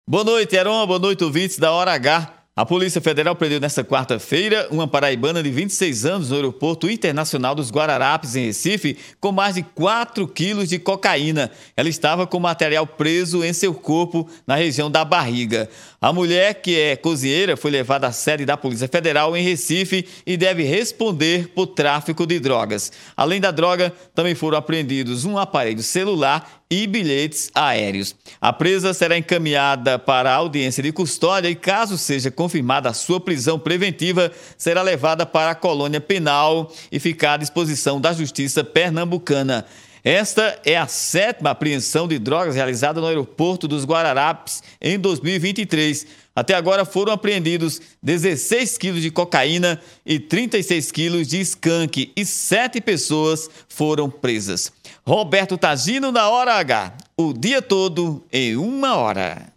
Boa noite, Heron. Boa noite, ouvintes da Hora H. A Polícia Federal prendeu nesta quarta-feira uma paraibana de 26 anos no Aeroporto Internacional dos Guararapes, em Recife, com mais de 4 quilos de cocaína. Ela estava com material preso em seu corpo, na região da barriga. A mulher, que é cozinheira, foi levada à sede da Polícia Federal em Recife e deve responder por tráfico de drogas. Além da droga, também foram apreendidos um aparelho celular e bilhetes aéreos. A presa será encaminhada para a audiência de custódia e, caso seja confirmada a sua prisão preventiva, será levada para a colônia penal e ficar à disposição da Justiça Pernambucana. Esta é a 7ª apreensão de drogas realizada no aeroporto dos Guararapes em 2023. Até agora foram apreendidos 16 quilos de cocaína e 36 quilos de skunk e 7 pessoas foram presas. Roberto Tagino na Hora H. O dia todo em 1 hora.